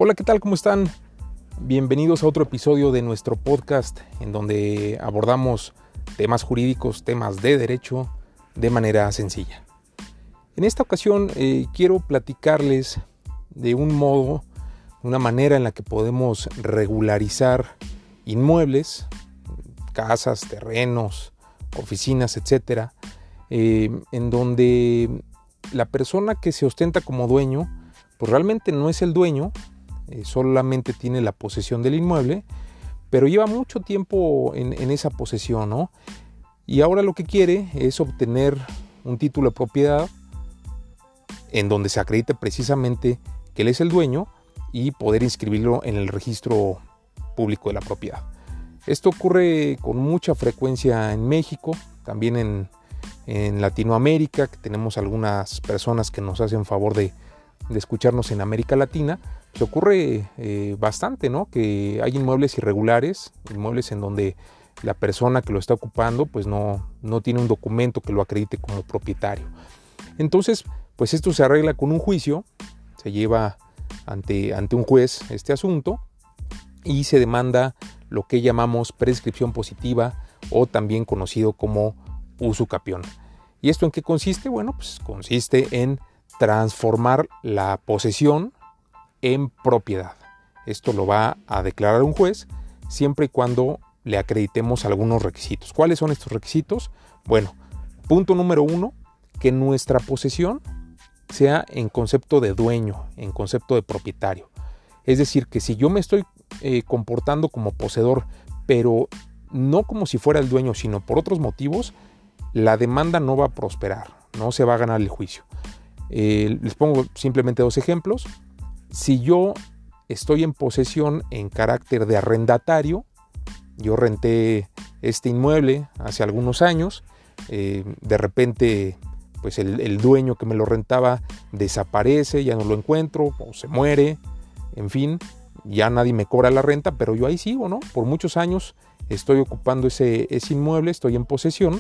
Hola, ¿qué tal? ¿Cómo están? Bienvenidos a otro episodio de nuestro podcast en donde abordamos temas jurídicos, temas de derecho de manera sencilla. En esta ocasión quiero platicarles de una manera en la que podemos regularizar inmuebles, casas, terrenos, oficinas, etcétera, en donde la persona que se ostenta como dueño, pues realmente no es el dueño, solamente tiene la posesión del inmueble, pero lleva mucho tiempo en esa posesión, ¿no? Y ahora lo que quiere es obtener un título de propiedad en donde se acredite precisamente que él es el dueño y poder inscribirlo en el registro público de la propiedad. Esto ocurre con mucha frecuencia en México, también en Latinoamérica, que tenemos algunas personas que nos hacen favor de escucharnos en América Latina. Pues ocurre bastante, ¿no? Que hay inmuebles irregulares, inmuebles en donde la persona que lo está ocupando pues no tiene un documento que lo acredite como propietario. Entonces, pues esto se arregla con un juicio, se lleva ante un juez este asunto y se demanda lo que llamamos prescripción positiva o también conocido como usucapión. ¿Y esto en qué consiste? Bueno, pues consiste en transformar la posesión en propiedad. Esto lo va a declarar un juez siempre y cuando le acreditemos algunos requisitos. ¿Cuáles son estos requisitos? Bueno, punto número 1, que nuestra posesión sea en concepto de dueño, en concepto de propietario. Es decir, que si yo me estoy comportando como poseedor, pero no como si fuera el dueño, sino por otros motivos, la demanda no va a prosperar, no se va a ganar el juicio. Les pongo simplemente dos ejemplos. Si yo estoy en posesión en carácter de arrendatario, yo renté este inmueble hace algunos años, de repente pues el dueño que me lo rentaba desaparece, ya no lo encuentro o se muere, en fin, ya nadie me cobra la renta, pero yo ahí sigo, ¿no? Por muchos años estoy ocupando ese inmueble, estoy en posesión,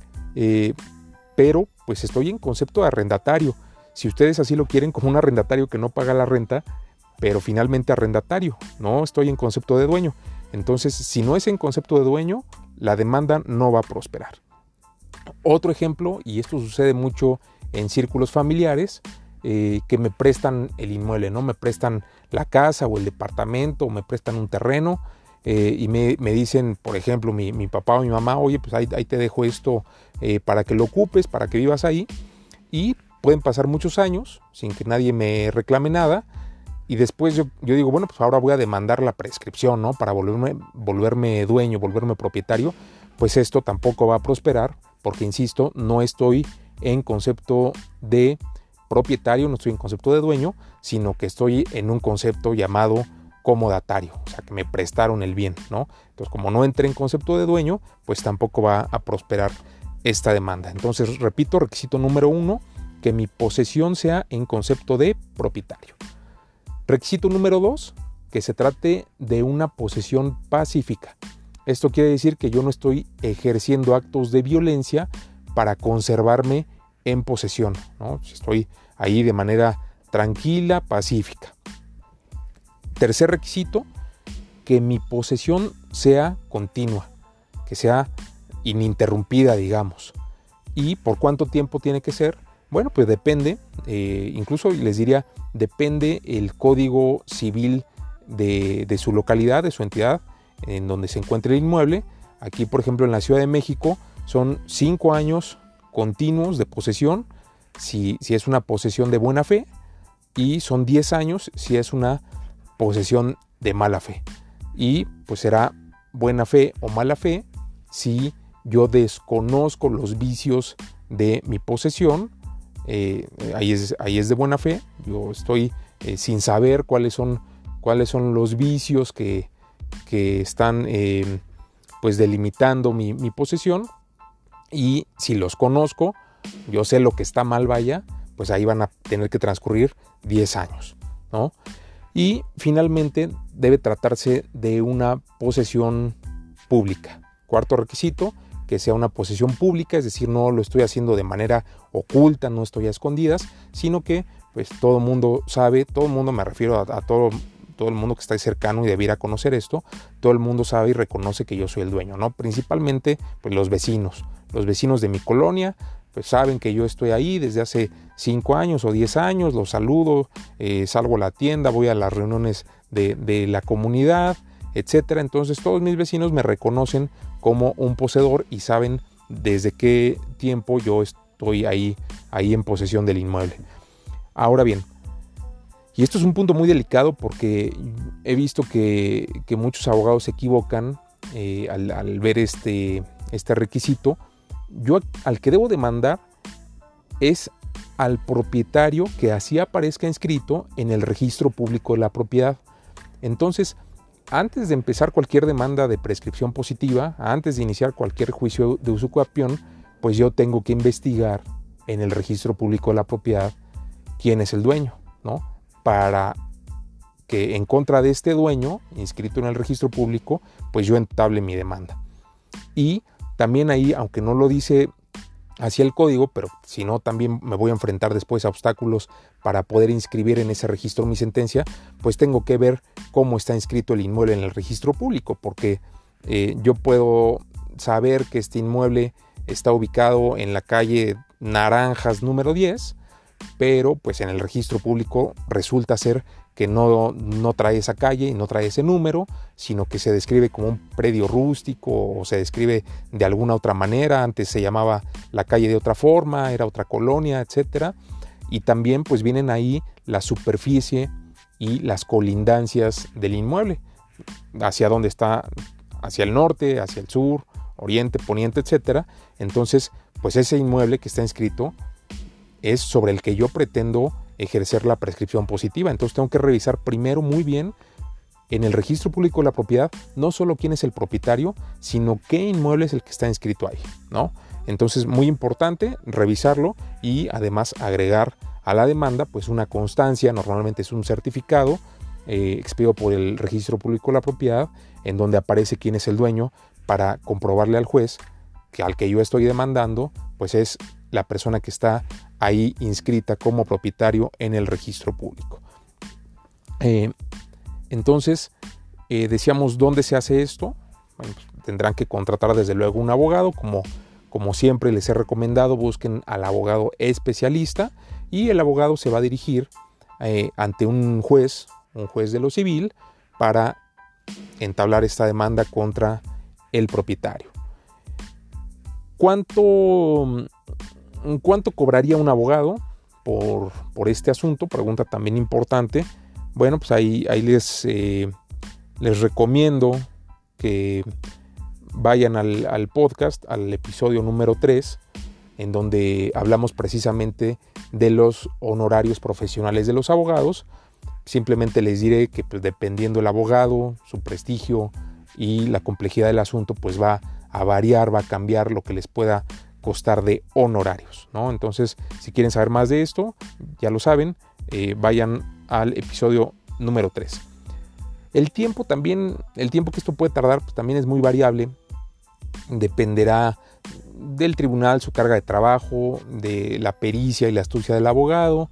pero pues estoy en concepto de arrendatario. Si ustedes así lo quieren, como un arrendatario que no paga la renta, pero finalmente arrendatario, no estoy en concepto de dueño. Entonces, si no es en concepto de dueño, la demanda no va a prosperar. Otro ejemplo, y esto sucede mucho en círculos familiares, que me prestan el inmueble, ¿no? Me prestan la casa o el departamento, o me prestan un terreno, y me dicen, por ejemplo, mi papá o mi mamá, oye, pues ahí te dejo esto para que lo ocupes, para que vivas ahí, y pueden pasar muchos años sin que nadie me reclame nada y después yo digo, bueno, pues ahora voy a demandar la prescripción, ¿no? Para volverme dueño, volverme propietario. Pues esto tampoco va a prosperar porque, insisto, no estoy en concepto de propietario, no estoy en concepto de dueño, sino que estoy en un concepto llamado comodatario, o sea, que me prestaron el bien, ¿no? Entonces, como no entré en concepto de dueño, pues tampoco va a prosperar esta demanda. Entonces, repito, requisito número 1, que mi posesión sea en concepto de propietario. Requisito número 2, que se trate de una posesión pacífica. Esto quiere decir que yo no estoy ejerciendo actos de violencia para conservarme en posesión, ¿no? Estoy ahí de manera tranquila, pacífica. Tercer requisito, que mi posesión sea continua, que sea ininterrumpida, digamos. ¿Y por cuánto tiempo tiene que ser? Bueno, pues depende, incluso les diría, depende el código civil de su localidad, de su entidad, en donde se encuentre el inmueble. Aquí, por ejemplo, en la Ciudad de México, son 5 años continuos de posesión, si es una posesión de buena fe, y son 10 años si es una posesión de mala fe. Y pues será buena fe o mala fe si yo desconozco los vicios de mi posesión. Ahí es de buena fe. Yo estoy sin saber cuáles son los vicios que están pues delimitando mi posesión, y si los conozco, yo sé lo que está mal, vaya, pues ahí van a tener que transcurrir 10 años, ¿no? Y finalmente debe tratarse de una posesión pública. Cuarto requisito, que sea una posesión pública, es decir, no lo estoy haciendo de manera oculta, no estoy a escondidas, sino que pues todo el mundo sabe, todo el mundo, me refiero a todo el mundo que está ahí cercano y debiera conocer esto, todo el mundo sabe y reconoce que yo soy el dueño, ¿no? Principalmente pues los vecinos de mi colonia, pues saben que yo estoy ahí desde hace 5 años o 10 años, los saludo, salgo a la tienda, voy a las reuniones de la comunidad, etcétera. Entonces todos mis vecinos me reconocen como un poseedor y saben desde qué tiempo yo estoy ahí en posesión del inmueble. Ahora bien, y esto es un punto muy delicado porque he visto que muchos abogados se equivocan al ver este requisito. Yo al que debo demandar es al propietario que así aparezca inscrito en el registro público de la propiedad. Entonces, antes de empezar cualquier demanda de prescripción positiva, antes de iniciar cualquier juicio de usucapión, pues yo tengo que investigar en el registro público de la propiedad quién es el dueño, ¿no? Para que en contra de este dueño, inscrito en el registro público, pues yo entable mi demanda. Y también ahí, aunque no lo dice así el código, pero si no también me voy a enfrentar después a obstáculos para poder inscribir en ese registro mi sentencia, pues tengo que ver cómo está inscrito el inmueble en el registro público, porque yo puedo saber que este inmueble está ubicado en la calle Naranjas número 10, pero pues en el registro público resulta ser que no trae esa calle y no trae ese número, sino que se describe como un predio rústico o se describe de alguna otra manera. Antes se llamaba la calle de otra forma, era otra colonia, etcétera. Y también pues vienen ahí la superficie y las colindancias del inmueble, hacia dónde está, hacia el norte, hacia el sur, oriente, poniente, etcétera. Entonces pues ese inmueble que está inscrito es sobre el que yo pretendo ejercer la prescripción positiva. Entonces tengo que revisar primero muy bien en el registro público de la propiedad, no solo quién es el propietario, sino qué inmueble es el que está inscrito ahí, ¿no? Entonces muy importante revisarlo y además agregar a la demanda pues una constancia, normalmente es un certificado expedido por el registro público de la propiedad, en donde aparece quién es el dueño, para comprobarle al juez que al que yo estoy demandando pues es la persona que está ahí inscrita como propietario en el registro público. Entonces, decíamos, ¿dónde se hace esto? Bueno, pues, tendrán que contratar desde luego un abogado, como siempre les he recomendado, busquen al abogado especialista y el abogado se va a dirigir ante un juez de lo civil, para entablar esta demanda contra el propietario. ¿Cuánto cobraría un abogado por este asunto? Pregunta también importante. Bueno, pues ahí les recomiendo que vayan al podcast, al episodio número 3, en donde hablamos precisamente de los honorarios profesionales de los abogados. Simplemente les diré que pues, dependiendo del abogado, su prestigio y la complejidad del asunto, pues va a variar, va a cambiar lo que les pueda costar de honorarios, ¿no? Entonces, si quieren saber más de esto, ya lo saben, vayan al episodio número 3. El tiempo que esto puede tardar, pues también es muy variable, dependerá del tribunal, su carga de trabajo, de la pericia y la astucia del abogado.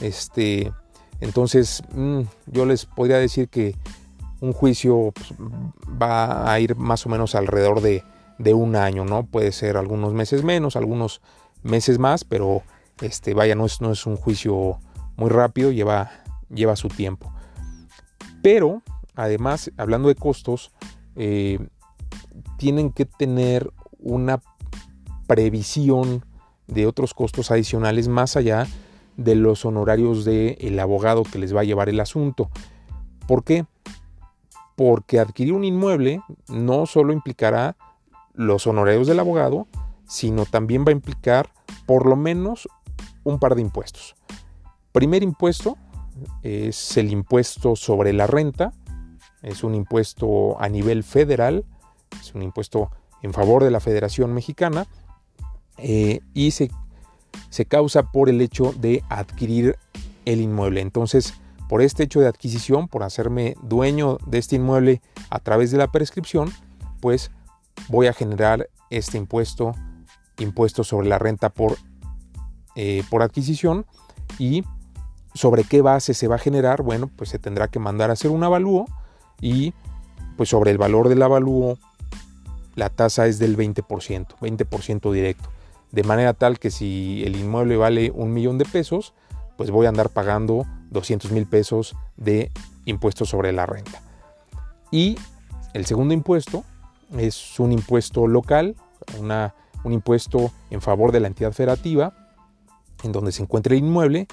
Entonces, yo les podría decir que un juicio pues, va a ir más o menos alrededor de un año, ¿no? Puede ser algunos meses menos, algunos meses más, pero no es un juicio muy rápido, lleva su tiempo. Pero además, hablando de costos, tienen que tener una previsión de otros costos adicionales más allá de los honorarios del abogado que les va a llevar el asunto. ¿Por qué? Porque adquirir un inmueble no solo implicará los honorarios del abogado, sino también va a implicar por lo menos un par de impuestos. Primer impuesto es el impuesto sobre la renta. Es un impuesto a nivel federal, es un impuesto en favor de la Federación Mexicana, y se causa por el hecho de adquirir el inmueble. Entonces, por este hecho de adquisición, por hacerme dueño de este inmueble a través de la prescripción, pues voy a generar este impuesto sobre la renta por adquisición, y ¿Sobre qué base se va a generar? Bueno, pues se tendrá que mandar a hacer un avalúo y pues sobre el valor del avalúo la tasa es del 20% directo. De manera tal que si el inmueble vale 1,000,000 de pesos, pues voy a andar pagando 200,000 pesos de impuestos sobre la renta. Y el segundo impuesto es un impuesto local, un impuesto en favor de la entidad federativa en donde se encuentre el inmueble,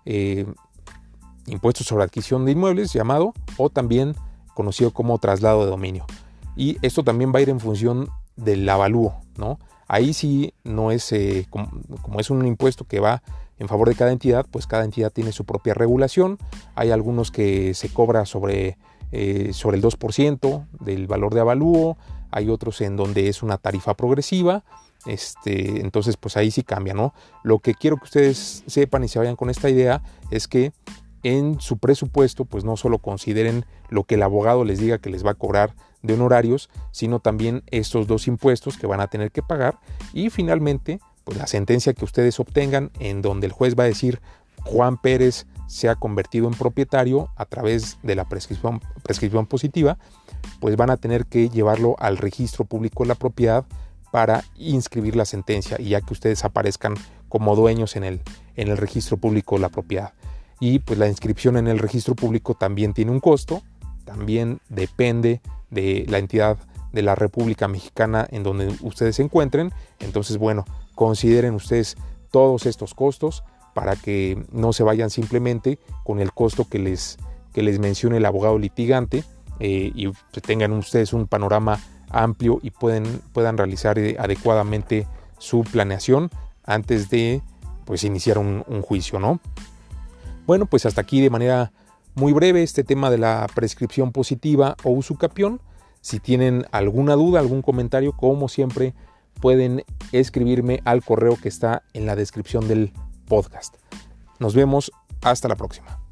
impuesto sobre adquisición de inmuebles llamado, o también conocido como traslado de dominio. Y esto también va a ir en función del avalúo, ¿no? Ahí sí no es, como es un impuesto que va en favor de cada entidad, pues cada entidad tiene su propia regulación. Hay algunos que se cobra sobre el 2% del valor de avalúo, hay otros en donde es una tarifa progresiva. Entonces pues ahí sí cambia, ¿no? Lo que quiero que ustedes sepan y se vayan con esta idea es que en su presupuesto pues no solo consideren lo que el abogado les diga que les va a cobrar de honorarios, sino también estos dos impuestos que van a tener que pagar, y finalmente pues la sentencia que ustedes obtengan en donde el juez va a decir Juan Pérez se ha convertido en propietario a través de la prescripción positiva, pues van a tener que llevarlo al registro público de la propiedad para inscribir la sentencia y ya que ustedes aparezcan como dueños en el registro público de la propiedad. Y pues la inscripción en el registro público también tiene un costo, también depende de la entidad de la República Mexicana en donde ustedes se encuentren. Entonces, bueno, consideren ustedes todos estos costos para que no se vayan simplemente con el costo que les mencione el abogado litigante, y tengan ustedes un panorama amplio y puedan realizar adecuadamente su planeación antes de pues iniciar un juicio, ¿no? Bueno, pues hasta aquí de manera muy breve este tema de la prescripción positiva o usucapión. Si tienen alguna duda, algún comentario, como siempre, pueden escribirme al correo que está en la descripción del podcast. Nos vemos, hasta la próxima.